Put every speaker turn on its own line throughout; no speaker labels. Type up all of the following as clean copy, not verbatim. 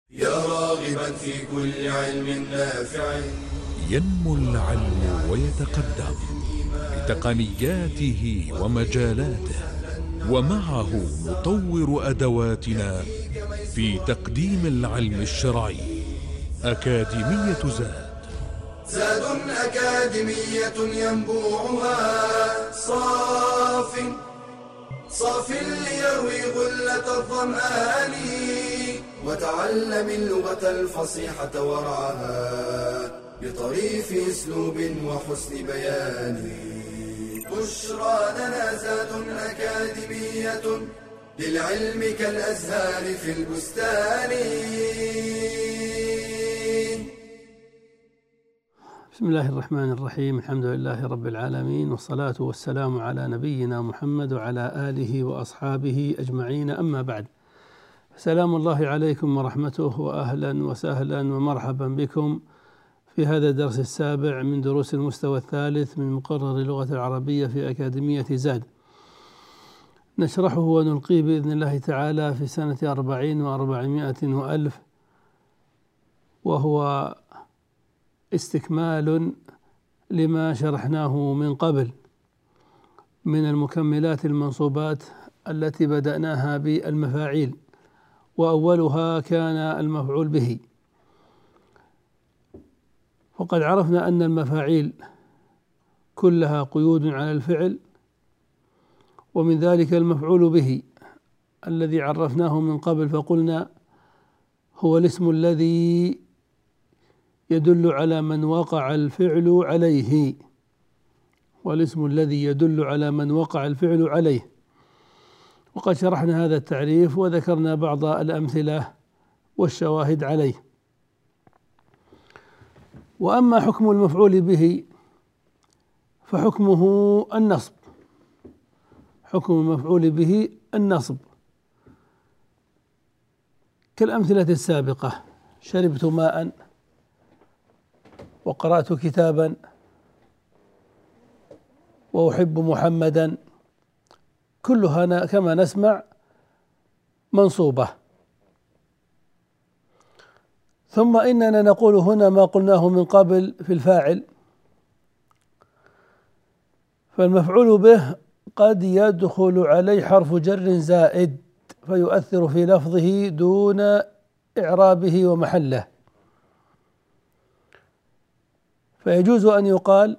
يا راغبا في كل علم نافع.
ينمو العلم ويتقدم بتقنياته ومجالاته، ومعه نطور أدواتنا في تقديم العلم الشرعي. أكاديمية زاد.
زاد أكاديمية ينبوعها صاف ليروي غلة الظمآن، وتعلم اللغة الفصيحة ورعاها بطريف اسلوب وحسن بيان. بشرى لنا زاد أكاديمية للعلم كالأزهار في البستان.
بسم الله الرحمن الرحيم. الحمد لله رب العالمين، والصلاة والسلام على نبينا محمد وعلى آله وأصحابه أجمعين، أما بعد. سلام الله عليكم ورحمته، وأهلا وسهلا ومرحبا بكم في هذا الدرس السابع من دروس المستوى الثالث من مقرر اللغة العربية في أكاديمية زاد، نشرحه ونلقيه بإذن الله تعالى في سنة 40 و400 وألف، وهو استكمال لما شرحناه من قبل من المكملات المنصوبات التي بدأناها بالمفاعيل، وأولها كان المفعول به. وقد عرفنا أن المفاعيل كلها قيود على الفعل، ومن ذلك المفعول به الذي عرفناه من قبل فقلنا هو الاسم الذي يدل على من وقع الفعل عليه، والاسم الذي يدل على من وقع الفعل عليه. وقد شرحنا هذا التعريف وذكرنا بعض الأمثلة والشواهد عليه. وأما حكم المفعول به فحكمه النصب. حكم المفعول به النصب كالأمثلة السابقة: شربت ماء، وقرأت كتابا، وأحب محمدا، كلها كما نسمع منصوبة. ثم إننا نقول هنا ما قلناه من قبل في الفاعل، فالمفعول به قد يدخل عليه حرف جر زائد فيؤثر في لفظه دون إعرابه ومحله، فيجوز أن يقال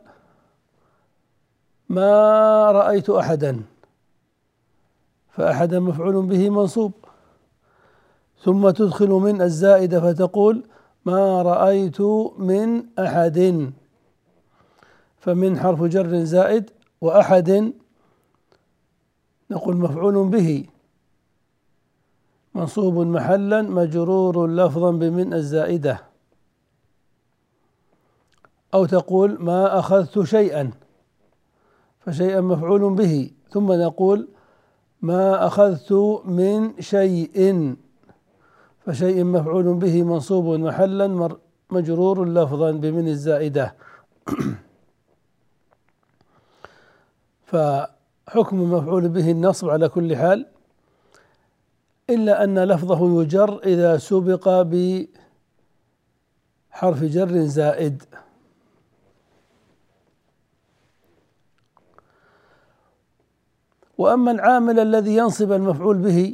ما رأيت أحدا، فأحدا مفعول به منصوب، ثم تدخل من الزائدة فتقول ما رأيت من أحد، فمن حرف جر زائد، وأحد نقول مفعول به منصوب محلا مجرور لفظا بمن الزائدة. أو تقول ما أخذت شيئا، فشيئا مفعول به، ثم نقول ما أخذت من شيء، فشيء مفعول به منصوب محلا مجرور لفظا بمن الزائدة. فحكم المفعول به النصب على كل حال، إلا أن لفظه يجر إذا سبق بحرف جر زائد. وأما العامل الذي ينصب المفعول به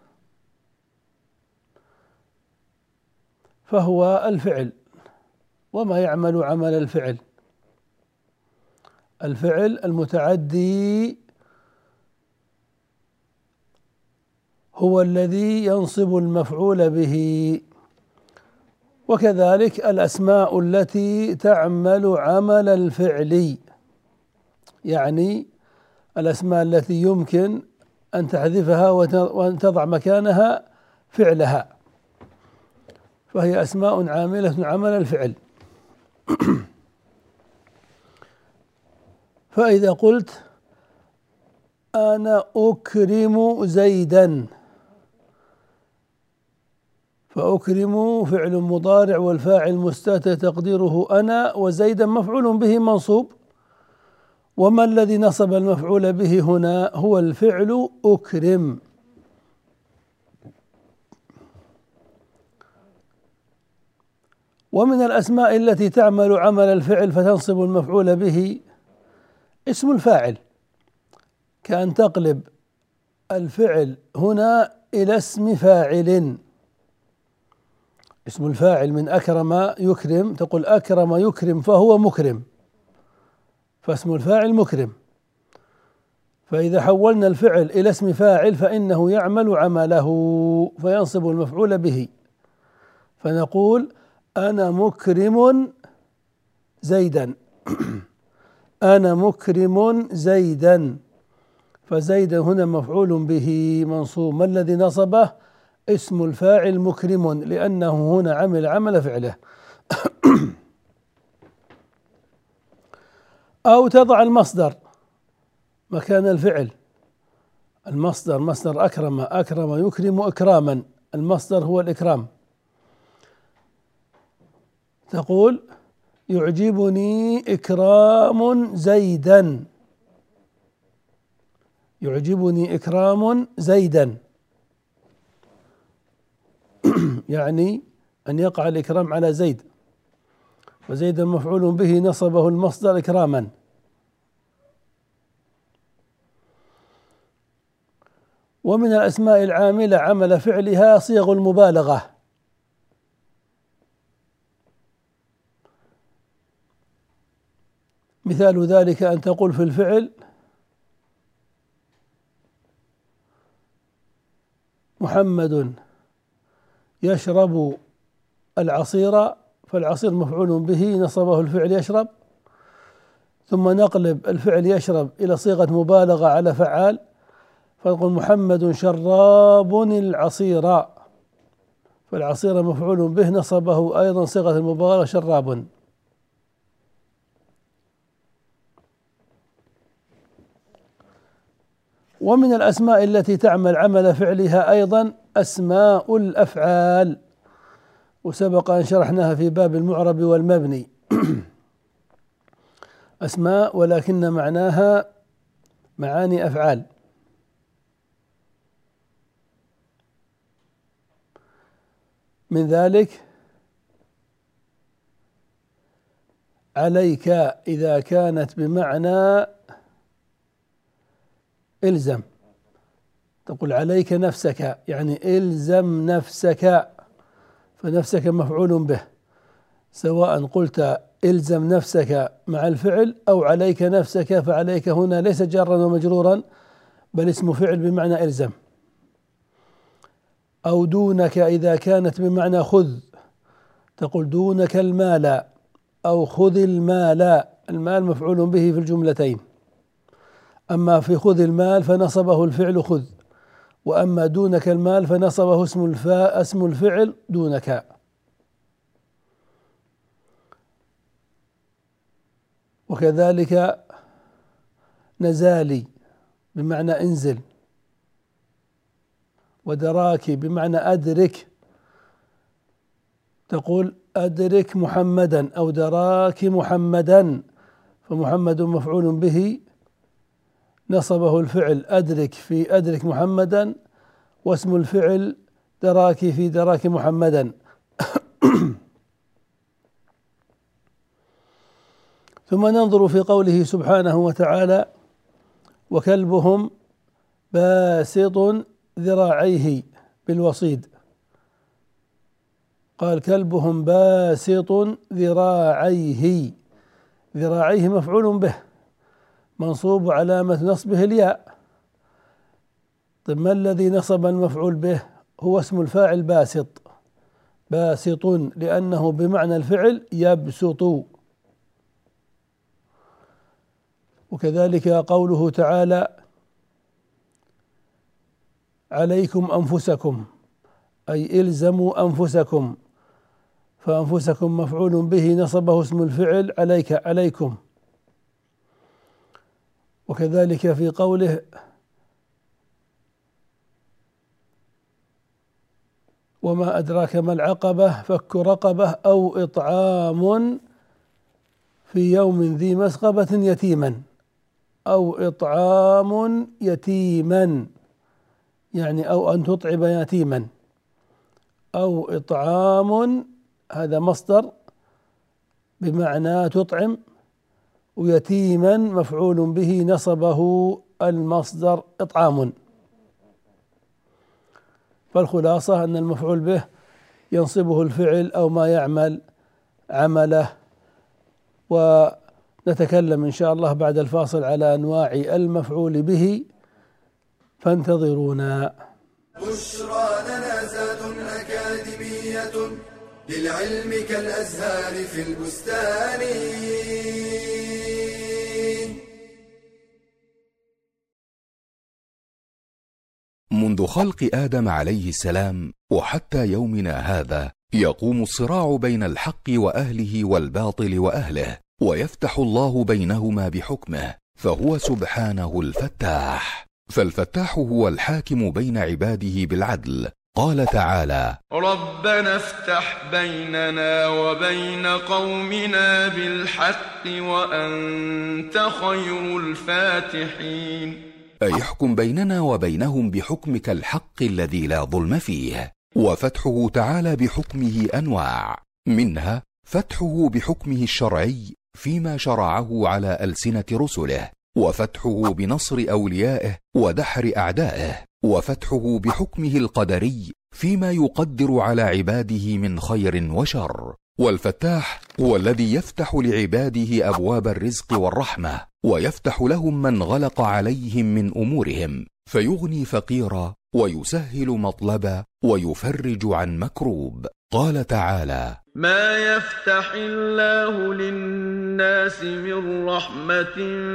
فهو الفعل، وما يعمل عمل الفعل. الفعل المتعدي هو الذي ينصب المفعول به، وكذلك الأسماء التي تعمل عمل الفعل، يعني الأسماء التي يمكن أن تحذفها وأن تضع مكانها فعلها، فهي أسماء عاملة عمل الفعل. فإذا قلت أنا أكرم زيدا، فأكرم فعل مضارع والفاعل مستتر تقديره أنا، وزيدا مفعول به منصوب، وما الذي نصب المفعول به هنا هو الفعل أكرم. ومن الأسماء التي تعمل عمل الفعل فتنصب المفعول به اسم الفاعل، كأن تقلب الفعل هنا إلى اسم فاعل. اسم الفاعل من أكرم يكرم، تقول أكرم يكرم فهو مكرم، فاسم الفاعل مكرم. فإذا حولنا الفعل إلى اسم فاعل فإنه يعمل عمله فينصب المفعول به، فنقول أنا مكرم زيدا أنا مكرم زيدا، فزيدا هنا مفعول به منصوب. ما الذي نصبه؟ اسم الفاعل مكرم، لأنه هنا عمل عمل فعله. أو تضع المصدر مكان الفعل، المصدر مصدر أكرم، أكرم يكرم إكراما، المصدر هو الإكرام. تقول يعجبني إكرام زيدا، يعجبني إكرام زيدا، يعني أن يقع الإكرام على زيد، وزيدا مفعول به نصبه المصدر إكراما. ومن الأسماء العاملة عمل فعلها صيغ المبالغة، مثال ذلك أن تقول في الفعل محمد يشرب العصير، فالعصير مفعول به نصبه الفعل يشرب، ثم نقلب الفعل يشرب إلى صيغة مبالغة على فعال، فنقول محمد شراب العصير، فالعصير مفعول به نصبه أيضا صيغة المبالغة شراب. ومن الأسماء التي تعمل عمل فعلها أيضا أسماء الأفعال، وسبق أن شرحناها في باب المعرب والمبني. أسماء ولكن معناها معاني أفعال. من ذلك عليك إذا كانت بمعنى إلزم، تقول عليك نفسك يعني إلزم نفسك، فنفسك مفعول به، سواء قلت إلزم نفسك مع الفعل أو عليك نفسك، فعليك هنا ليس جارا ومجرورا بل اسم فعل بمعنى إلزم. أو دونك إذا كانت بمعنى خذ، تقول دونك المال أو خذ المال، المال مفعول به في الجملتين، أما في خذ المال فنصبه الفعل خذ، وأما دونك المال فنصبه اسم الفعل دونك. وكذلك نزالي بمعنى انزل، ودراك بمعنى أدرك، تقول أدرك محمدا أو دراك محمدا، فمحمد مفعول به نصبه الفعل أدرك في أدرك محمدا، واسم الفعل دراك في دراك محمدا. ثم ننظر في قوله سبحانه وتعالى وكلبهم باسط ذراعيه بالوصيد، قال كلبهم باسط ذراعيه، ذراعيه مفعول به منصوب علامة نصبه الياء. طيب ما الذي نصب المفعول به؟ هو اسم الفاعل باسط، باسط لأنه بمعنى الفعل يبسط. وكذلك قوله تعالى عليكم أنفسكم أي إلزموا أنفسكم، فأنفسكم مفعول به نصبه اسم الفعل عليك عليكم. وكذلك في قوله وما أدراك ما العقبة فك رقبة أو إطعام في يوم ذي مسغبة يتيما، أو إطعام يتيما يعني أو أن تطعم يتيما، أو إطعام هذا مصدر بمعنى تطعم، ويتيما مفعول به نصبه المصدر إطعام. فالخلاصة أن المفعول به ينصبه الفعل أو ما يعمل عمله. ونتكلم إن شاء الله بعد الفاصل على أنواع المفعول به، فانتظرونا.
بشرى لنا زاد أكاديمية للعلم كالأزهار في البستان.
منذ خلق آدم عليه السلام وحتى يومنا هذا يقوم الصراع بين الحق وأهله والباطل وأهله، ويفتح الله بينهما بحكمه، فهو سبحانه الفتاح. فالفتاح هو الحاكم بين عباده بالعدل. قال تعالى:
ربنا افتح بيننا وبين قومنا بالحق وأنت خير الفاتحين.
أي احكم بيننا وبينهم بحكمك الحق الذي لا ظلم فيه. وفتحه تعالى بحكمه أنواع، منها فتحه بحكمه الشرعي فيما شرعه على ألسنة رسله، وفتحه بنصر أوليائه ودحر أعدائه، وفتحه بحكمه القدري فيما يقدر على عباده من خير وشر. والفتاح هو الذي يفتح لعباده أبواب الرزق والرحمة، ويفتح لهم من غلق عليهم من أمورهم، فيغني فقيرا ويسهل مطلبا ويفرج عن مكروب. قال تعالى:
ما يفتح الله للناس من رحمة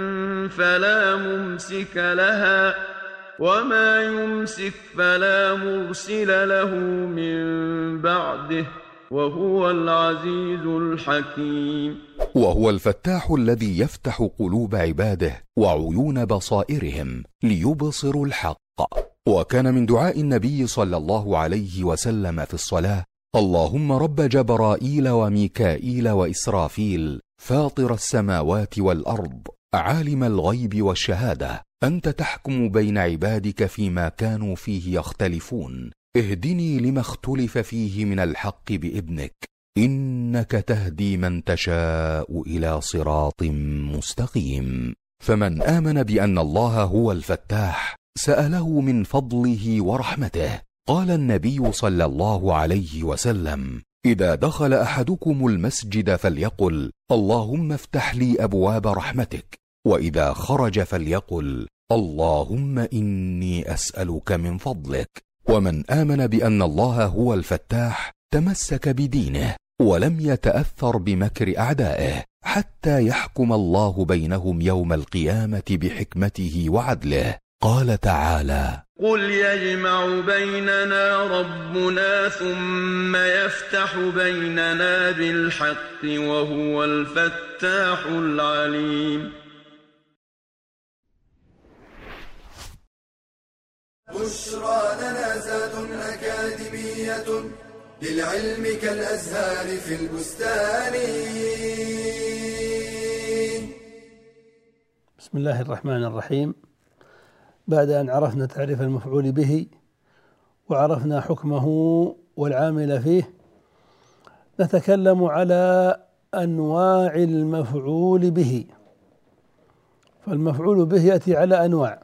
فلا ممسك لها وما يمسك فلا مرسل له من بعده وهو العزيز الحكيم.
وهو الفتاح الذي يفتح قلوب عباده وعيون بصائرهم ليبصروا الحق. وكان من دعاء النبي صلى الله عليه وسلم في الصلاة: اللهم رب جبرائيل وميكائيل وإسرافيل فاطر السماوات والأرض عالم الغيب والشهادة، أنت تحكم بين عبادك فيما كانوا فيه يختلفون، اهدني لما اختلف فيه من الحق بإذنك، إنك تهدي من تشاء إلى صراط مستقيم. فمن آمن بأن الله هو الفتاح سأله من فضله ورحمته. قال النبي صلى الله عليه وسلم: إذا دخل أحدكم المسجد فليقل اللهم افتح لي أبواب رحمتك، وإذا خرج فليقل اللهم إني أسألك من فضلك. ومن آمن بأن الله هو الفتاح تمسك بدينه ولم يتأثر بمكر أعدائه حتى يحكم الله بينهم يوم القيامة بحكمته وعدله. قال تعالى:
قل يجمع بيننا ربنا ثم يفتح بيننا بالحق وهو الفتاح العليم.
بشرى لنا زاد أكاديمية للعلم كالأزهار في البستان.
بسم الله الرحمن الرحيم. بعد أن عرفنا تعريف المفعول به وعرفنا حكمه والعامل فيه، نتكلم على أنواع المفعول به. فالمفعول به يأتي على أنواع،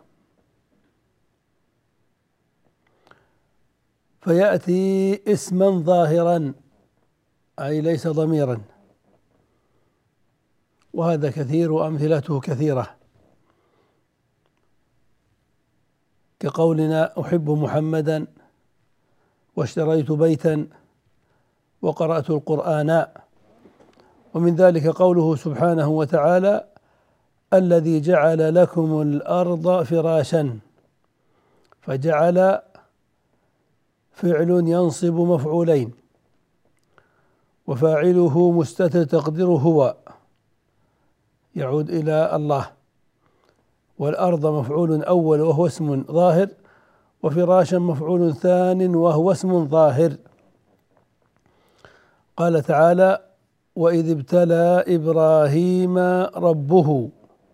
فيأتي اسما ظاهرا أي ليس ضميرا، وهذا كثير وأمثلته كثيرة، كقولنا أحب محمدا واشتريت بيتا وقرأت القرآن. ومن ذلك قوله سبحانه وتعالى: الذي جعل لكم الأرض فراشا. فجعل فعل ينصب مفعولين، وفاعله مستتر تقديره هو، يعود إلى الله. والأرض مفعول أول وهو اسم ظاهر، وفراشا مفعول ثان وهو اسم ظاهر. قال تعالى: وإذ ابتلى إبراهيم ربه.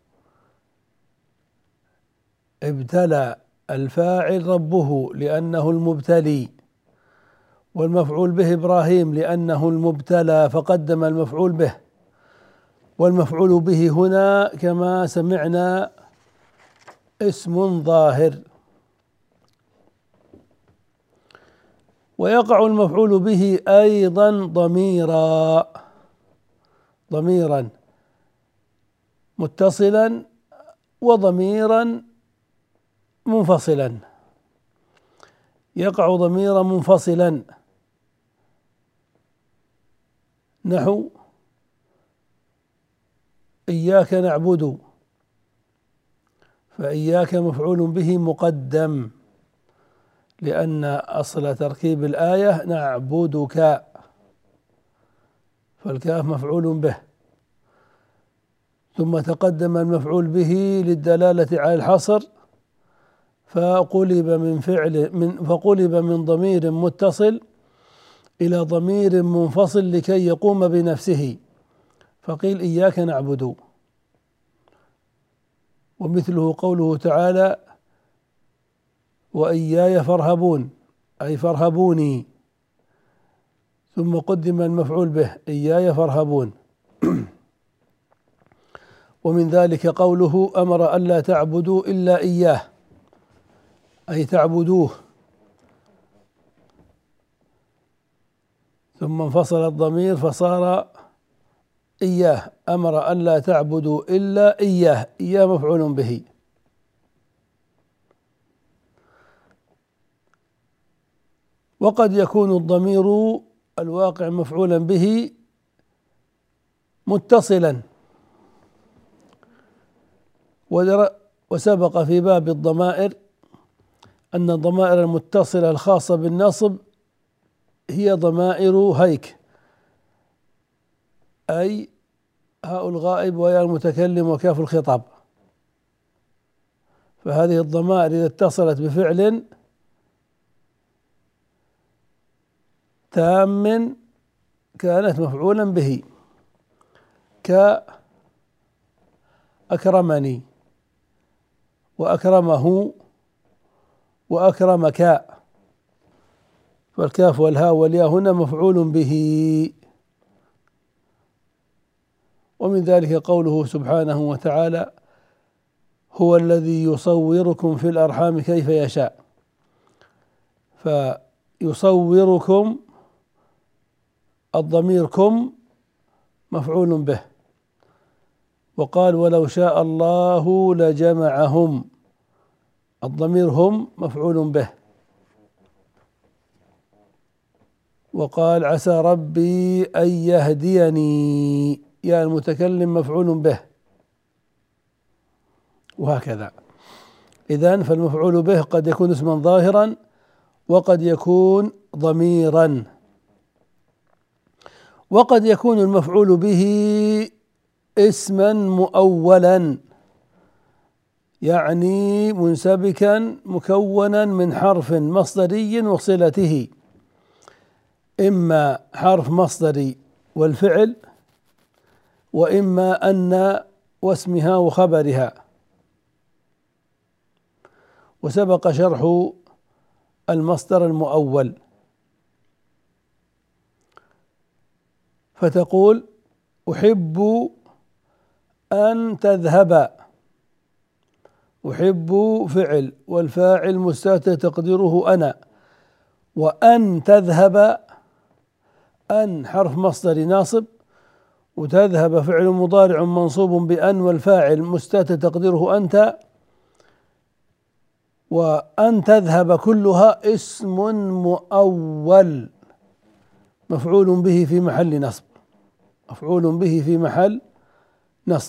ابتلى الفاعل ربه لأنه المبتلي، والمفعول به إبراهيم لأنه المبتلى، فقدم المفعول به والمفعول به هنا كما سمعنا اسم ظاهر. ويقع المفعول به أيضا ضميرا متصلا وضميرا منفصلا. يقع ضميرا منفصلا نحو إياك نعبد، فإياك مفعول به مقدم لأن أصل تركيب الآية نعبدك، فالكاف مفعول به، ثم تقدم المفعول به للدلالة على الحصر فقلب من ضمير متصل إلى ضمير منفصل لكي يقوم بنفسه، فقيل إياك نعبد. ومثله قوله تعالى وإياي فارهبون أي فارهبوني، ثم قدم المفعول به إياي فارهبون. ومن ذلك قوله أمر ألا تعبدوا إلا إياه أي تعبدوه، ثم انفصل الضمير فصار إياه، أمر ألا تعبدوا إلا إياه، إياه مفعول به. وقد يكون الضمير الواقع مفعولا به متصلا، وسبق في باب الضمائر أن الضمائر المتصلة الخاصة بالنصب هي ضمائر هيك، أي هاء الغائب ويا المتكلم وكاف الخطاب، فهذه الضمائر إذا اتصلت بفعل تام كانت مفعولا به، كأكرمني وأكرمه وأكرمك، فالكاف والهاء والياء هنا مفعول به. ومن ذلك قوله سبحانه وتعالى هو الذي يصوركم في الأرحام كيف يشاء، فيصوركم الضمير كم مفعول به. وقال ولو شاء الله لجمعهم، الضمير هم مفعول به. وقال عسى ربي أن يهديني، يا المتكلم مفعول به، وهكذا. إذن فالمفعول به قد يكون اسما ظاهرا وقد يكون ضميرا، وقد يكون المفعول به اسما مؤولا، يعني منسبكا مكونا من حرف مصدري وصلته، إما حرف مصدري والفعل، وإما أن واسمها وخبرها. وسبق شرح المصدر المؤول، فتقول أحب أن تذهب، أحب فعل والفاعل مستتر تقديره أنا، وأن تذهب أن حرف مصدر ناصب، وتذهب فعل مضارع منصوب بأن والفاعل مستتر تقديره أنت، وأن تذهب كلها اسم مؤول مفعول به في محل نصب، مفعول به في محل نصب.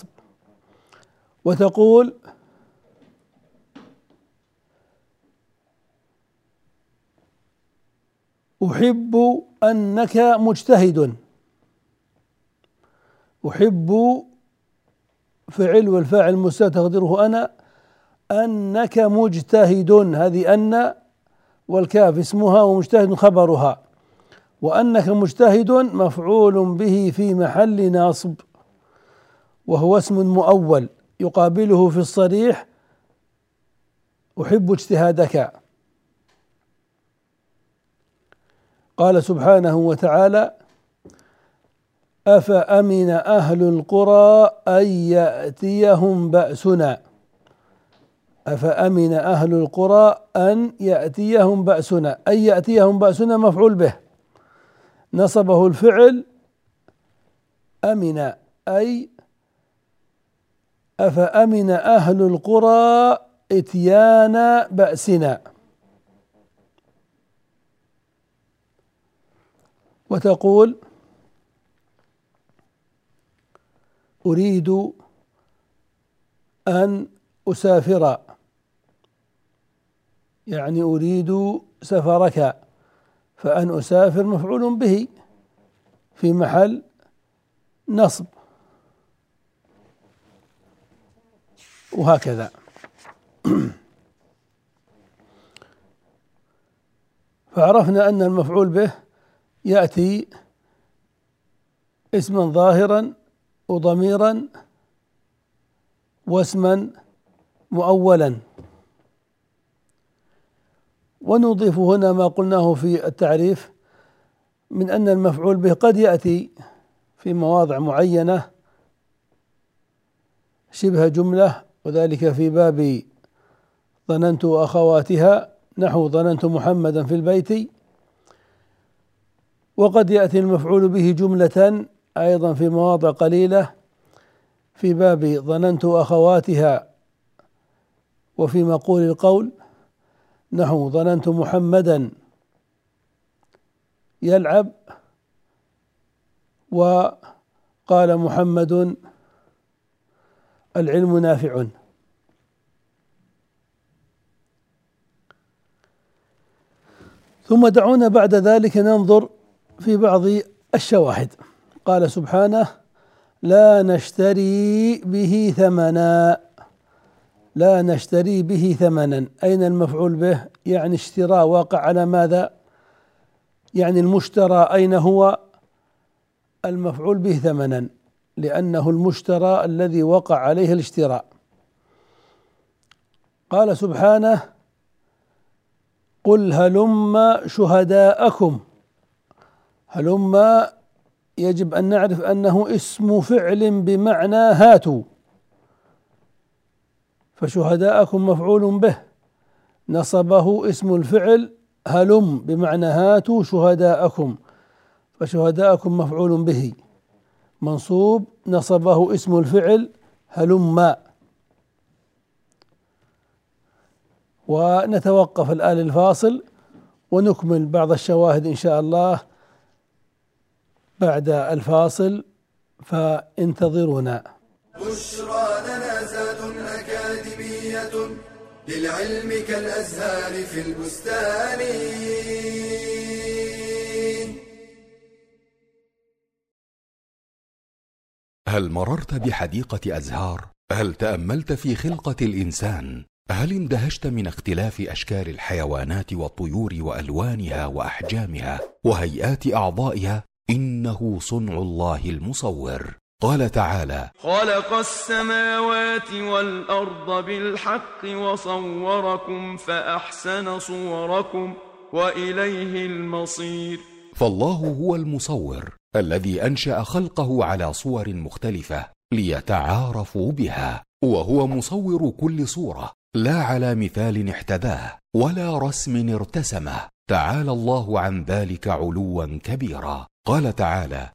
وتقول أحب أنك مجتهد، أحب فعل والفاعل مستتر تقديره أنا، أنك مجتهد، هذه أن والكاف اسمها ومجتهد خبرها، وأنك مجتهد مفعول به في محل نصب، وهو اسم مؤول يقابله في الصريح أحب اجتهادك. قال سبحانه وتعالى أفأمن أهل القرى أن يأتيهم بأسنا. أفأمن أهل القرى أن يأتيهم بأسنا، أن يأتيهم بأسنا مفعول به، نصبه الفعل أمن، أي أفأمن أهل القرى إتيان بأسنا. وتقول أريد أن أسافر، يعني أريد سفرك، فأن أسافر مفعول به في محل نصب، وهكذا. فعرفنا أن المفعول به يأتي اسما ظاهرا وضميرا واسما مؤولا. ونضيف هنا ما قلناه في التعريف من أن المفعول به قد يأتي في مواضع معينة شبه جملة، وذلك في باب ظننت أخواتها، نحو ظننت محمدا في البيت. وقد يأتي المفعول به جملة أيضا في مواضع قليلة في باب ظننت أخواتها وفي مقول القول، نحو ظننت محمدا يلعب وقال محمد العلم نافع. ثم دعونا بعد ذلك ننظر في بعض الشواهد. قال سبحانه لا نشتري به ثمنا، لا نشتري به ثمنا. أين المفعول به؟ يعني اشتراء واقع على ماذا؟ يعني المشترى أين هو؟ المفعول به ثمنا، لأنه المشترى الذي وقع عليه الاشتراء. قال سبحانه قل هلم شهداءكم. هلم يجب أن نعرف أنه اسم فعل بمعنى هاتوا، فشهداءكم مفعول به نصبه اسم الفعل هلم بمعنى هاتوا شهداءكم، فشهداءكم مفعول به منصوب نصبه اسم الفعل هلم. ونتوقف الآن الفاصل ونكمل بعض الشواهد إن شاء الله بعد الفاصل، فانتظرونا.
بشرى لنا زاد أكاديمية للعلم كالأزهار في البستان.
هل مررت بحديقة أزهار؟ هل تأملت في خلقة الإنسان؟ هل اندهشت من اختلاف أشكال الحيوانات والطيور وألوانها وأحجامها وهيئات أعضائها؟ إنه صنع الله المصور. قال تعالى
خلق السماوات والأرض بالحق وصوركم فأحسن صوركم وإليه المصير.
فالله هو المصور الذي أنشأ خلقه على صور مختلفة ليتعارفوا بها، وهو مصور كل صورة لا على مثال احتذاه ولا رسم ارتسمه، تعالى الله عن ذلك علوا كبيرا. قال تعالى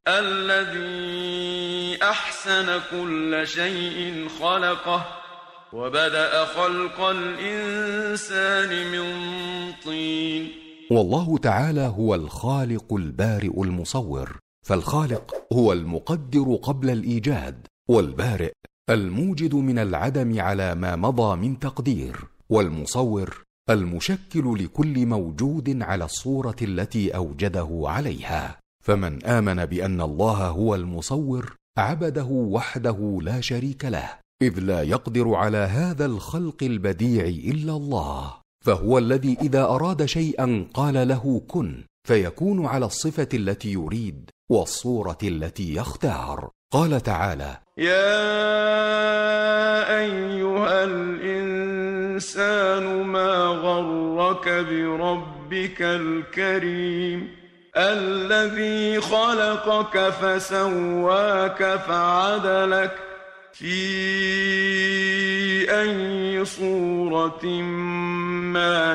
الذي أحسن كل شيء خلقه وبدأ خلق الإنسان من طين.
والله تعالى هو الخالق البارئ المصور، فالخالق هو المقدر قبل الإيجاد، والبارئ الموجد من العدم على ما مضى من تقدير، والمصور المشكل لكل موجود على الصورة التي أوجده عليها. فمن آمن بأن الله هو المصور عبده وحده لا شريك له، إذ لا يقدر على هذا الخلق البديع إلا الله، فهو الذي إذا أراد شيئا قال له كن فيكون على الصفة التي يريد والصورة التي يختار. قال تعالى
يا أيها الإنسان ما غرك بربك الكريم. الذي خلقك فسواك فعدلك في أي صورة ما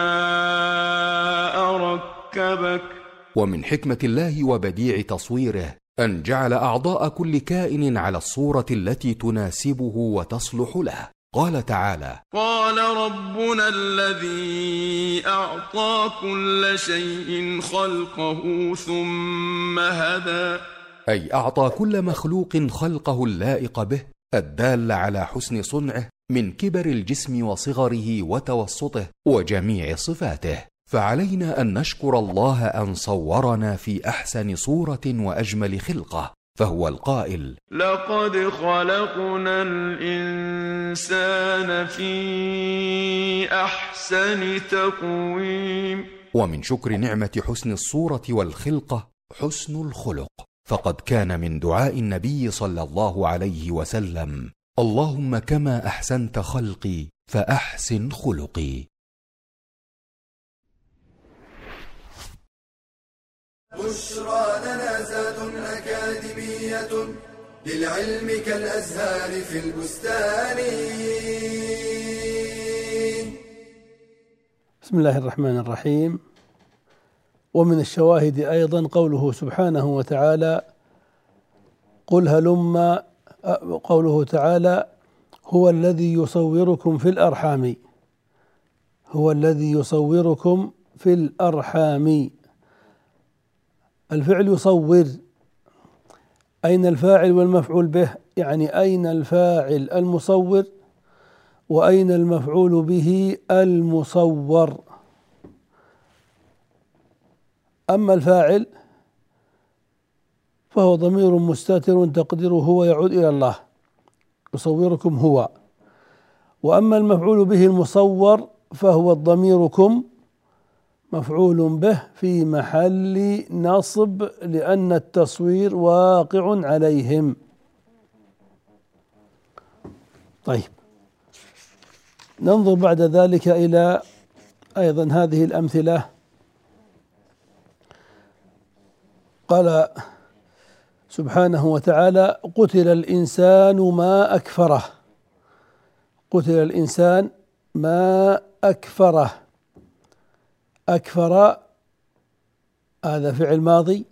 شاء ركبك.
ومن حكمة الله وبديع تصويره أن جعل أعضاء كل كائن على الصورة التي تناسبه وتصلح له. قال تعالى:
قال ربنا الذي أعطى كل شيء خلقه ثم هدى،
أي أعطى كل مخلوق خلقه اللائق به الدال على حسن صنعه من كبر الجسم وصغره وتوسطه وجميع صفاته. فعلينا أن نشكر الله أن صورنا في أحسن صورة وأجمل خلقة، فهو القائل:
لقد خلقنا الإنسان في أحسن تقويم.
ومن شكر نعمة حسن الصورة والخلقة حسن الخلق، فقد كان من دعاء النبي صلى الله عليه وسلم: اللهم كما أحسنت خلقي فأحسن خلقي.
بشرى لنا زاد أكاديمية للعلم كالأزهار في البستان.
بسم الله الرحمن الرحيم. ومن الشواهد أيضا قوله سبحانه وتعالى: قل هلما، قوله تعالى: هو الذي يصوركم في الأرحام، هو الذي يصوركم في الأرحام. الفعل يصور، أين الفاعل والمفعول به؟ يعني أين الفاعل المصور وأين المفعول به المصور. أما الفاعل فهو ضمير مستتر تقديره هو يعود إلى الله، يصوركم هو. وأما المفعول به المصور فهو الضميركم مفعول به في محل نصب لأن التصوير واقع عليهم. طيب، ننظر بعد ذلك إلى أيضا هذه الأمثلة. قال سبحانه وتعالى: قتل الإنسان ما أكفره، قتل الإنسان ما أكفره. أكفر هذا فعل ماضي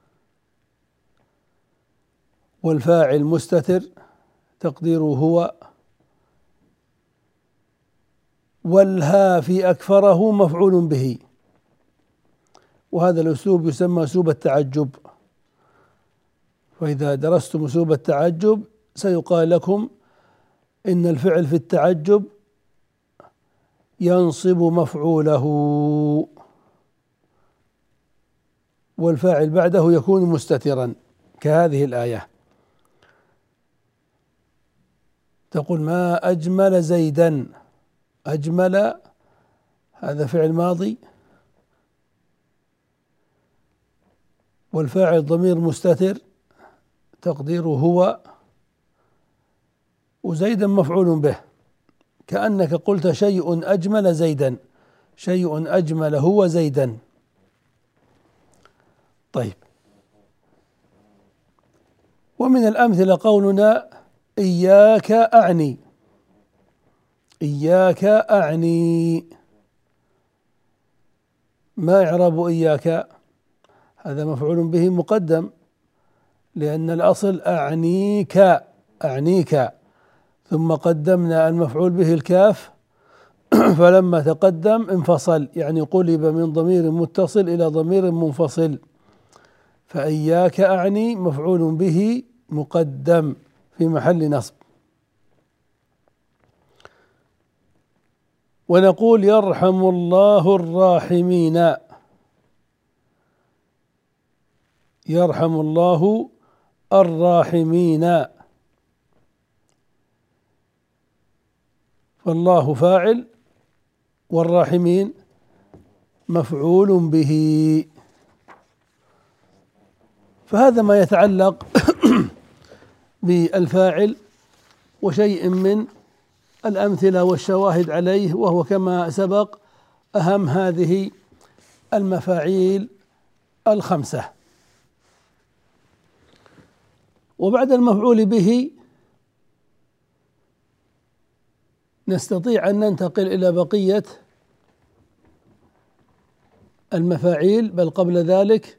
والفاعل مستتر تقديره هو، والها في أكفره مفعول به. وهذا الأسلوب يسمى أسلوب التعجب، فإذا درستم أسلوب التعجب سيقال لكم إن الفعل في التعجب ينصب مفعوله والفاعل بعده يكون مستترا، كهذه الآية: تقول ما أجمل زيدا. أجمل هذا فعل ماضي والفاعل ضمير مستتر تقديره هو، وزيدا مفعول به، كأنك قلت شيء أجمل زيدا، شيء أجمل هو زيدا. طيب، ومن الأمثلة قولنا إياك أعني، إياك أعني. ما إعراب إياك؟ هذا مفعول به مقدم لأن الأصل أعنيك، أعنيك، ثم قدمنا المفعول به الكاف فلما تقدم انفصل، يعني قلب من ضمير متصل إلى ضمير منفصل. فإياك أعني مفعول به مقدم في محل نصب. ونقول يرحم الله الراحمين، يرحم الله الراحمين. فالله فاعل والراحمين مفعول به. فهذا ما يتعلق بالفاعل وشيء من الأمثلة والشواهد عليه، وهو كما سبق أهم هذه المفاعيل الخمسة. وبعد المفعول به نستطيع أن ننتقل إلى بقية المفاعيل، بل قبل ذلك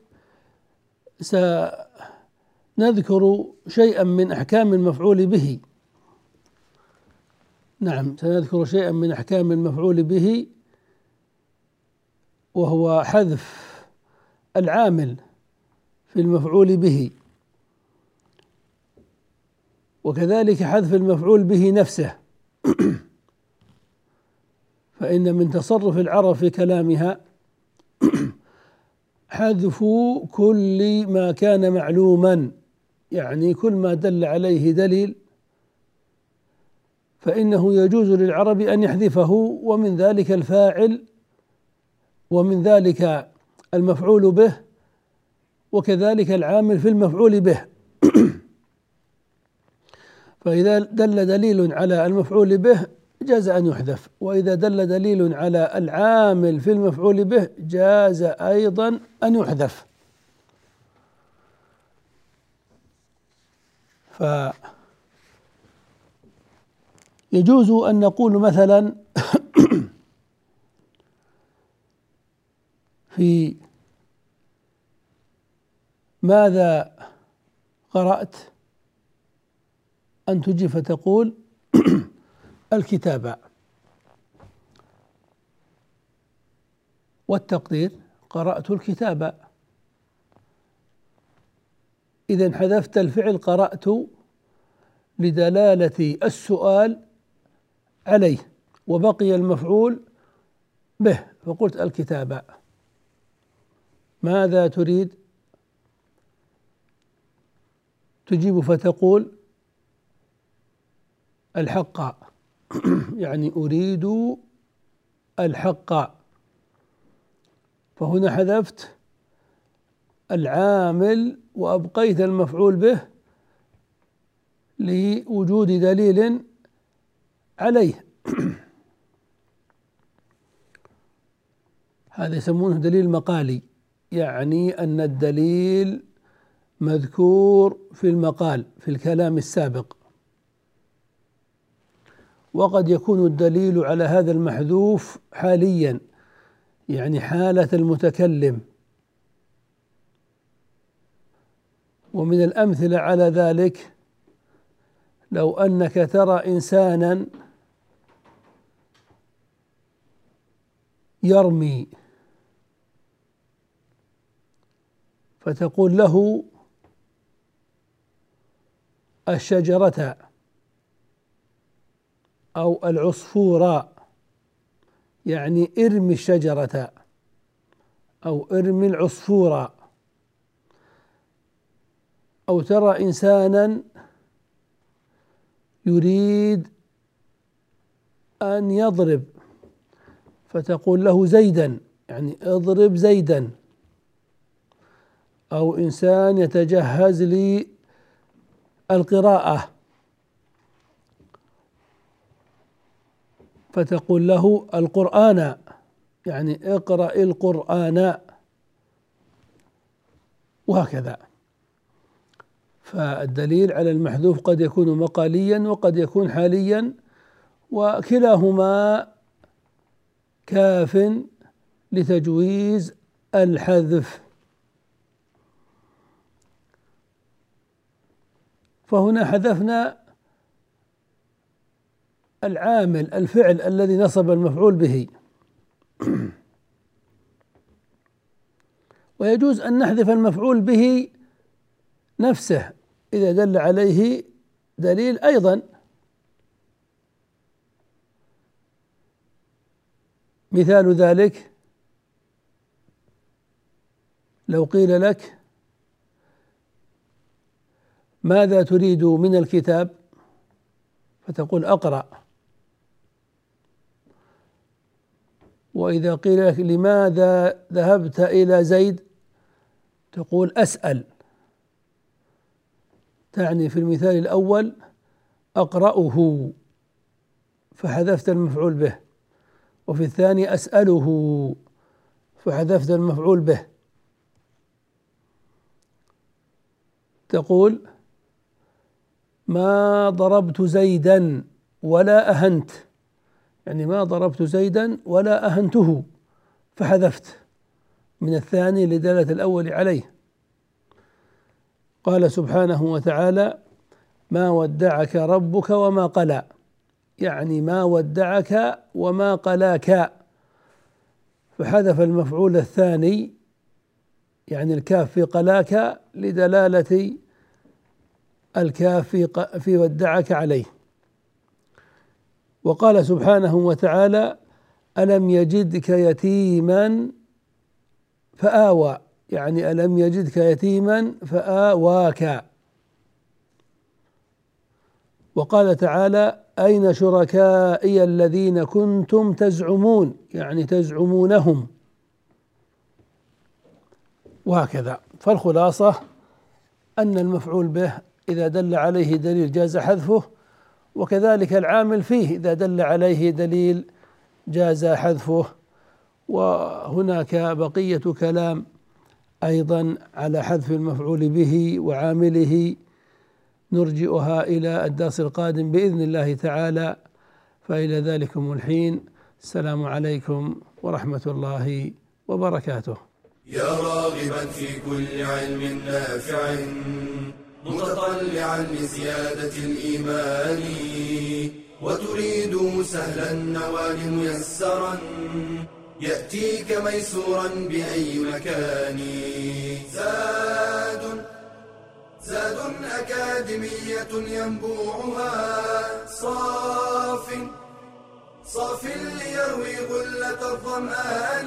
سنذكر شيئا من أحكام المفعول به. نعم، سنذكر شيئا من أحكام المفعول به، وهو حذف العامل في المفعول به، وكذلك حذف المفعول به نفسه. فإن من تصرف العرب في كلامها حذف كل ما كان معلوما، يعني كل ما دل عليه دليل فإنه يجوز للعرب أن يحذفه، ومن ذلك الفاعل، ومن ذلك المفعول به، وكذلك العامل في المفعول به. فإذا دل دليل على المفعول به جاز أن يحذف، وإذا دل دليل على العامل في المفعول به جاز أيضا أن يحذف. فيجوز أن نقول مثلا في ماذا قرأت أن تجي فتقول الكتاب، والتقدير قرأت الكتاب. إذن حذفت الفعل قرأت لدلالة السؤال عليه، وبقي المفعول به، فقلت الكتاب. ماذا تريد؟ تجيب فتقول الحق، يعني أريد الحق. فهنا حذفت العامل وأبقيت المفعول به لوجود دليل عليه. هذا يسمونه دليل مقالي، يعني أن الدليل مذكور في المقال في الكلام السابق، وقد يكون الدليل على هذا المحذوف حاليا، يعني حالة المتكلم. ومن الأمثلة على ذلك لو أنك ترى إنسانا يرمي فتقول له الشجرة أو العصفور، يعني ارمي الشجرة أو ارمي العصفور. أو ترى إنسانا يريد أن يضرب فتقول له زيدا، يعني اضرب زيدا. أو إنسان يتجهز للقراءة فتقول له القرآن، يعني اقرأ القرآن، وهكذا. فالدليل على المحذوف قد يكون مقاليا وقد يكون حاليا، وكلاهما كاف لتجويز الحذف. فهنا حذفنا العامل الفعل الذي نصب المفعول به. ويجوز أن نحذف المفعول به نفسه إذا دل عليه دليل أيضا. مثال ذلك لو قيل لك ماذا تريد من الكتاب فتقول أقرأ. وإذا قيل لك لماذا ذهبت إلى زيد تقول أسأل، تعني في المثال الأول أقرأه فحذفت المفعول به، وفي الثاني أسأله فحذفت المفعول به. تقول ما ضربت زيدا ولا أهنت، يعني ما ضربت زيدا ولا أهنته، فحذفت من الثاني لدلالة الأول عليه. قال سبحانه وتعالى ما ودعك ربك وما قلى، يعني ما ودعك وما قلاك، فحذف المفعول الثاني يعني الكاف في قلاك لدلالة الكاف في ودعك عليه. وقال سبحانه وتعالى ألم يجدك يتيما فآوى، يعني ألم يجدك يتيما فآواك. وقال تعالى أين شركائي الذين كنتم تزعمون، يعني تزعمونهم، وهكذا. فالخلاصة أن المفعول به إذا دل عليه دليل جاز حذفه، وكذلك العامل فيه إذا دل عليه دليل جاز حذفه. وهناك بقية كلام أيضا على حذف المفعول به وعامله نرجئها إلى الدرس القادم بإذن الله تعالى. فإلى ذلكم الحين، السلام عليكم ورحمة الله وبركاته.
يا راغبا في كل علم نافع متطلعا لزيادة الإيمان وتريد سهلا النوال ميسرا يأتيك ميسورا بأي مكان. زاد أكاديمية ينبوعها صاف ليروي غلة الظمآن.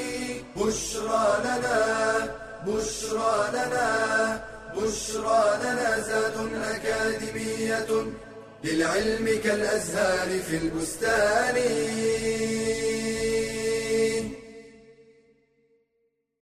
بشرى لنا زاد أكاديمية للعلم كالأزهار في البستان.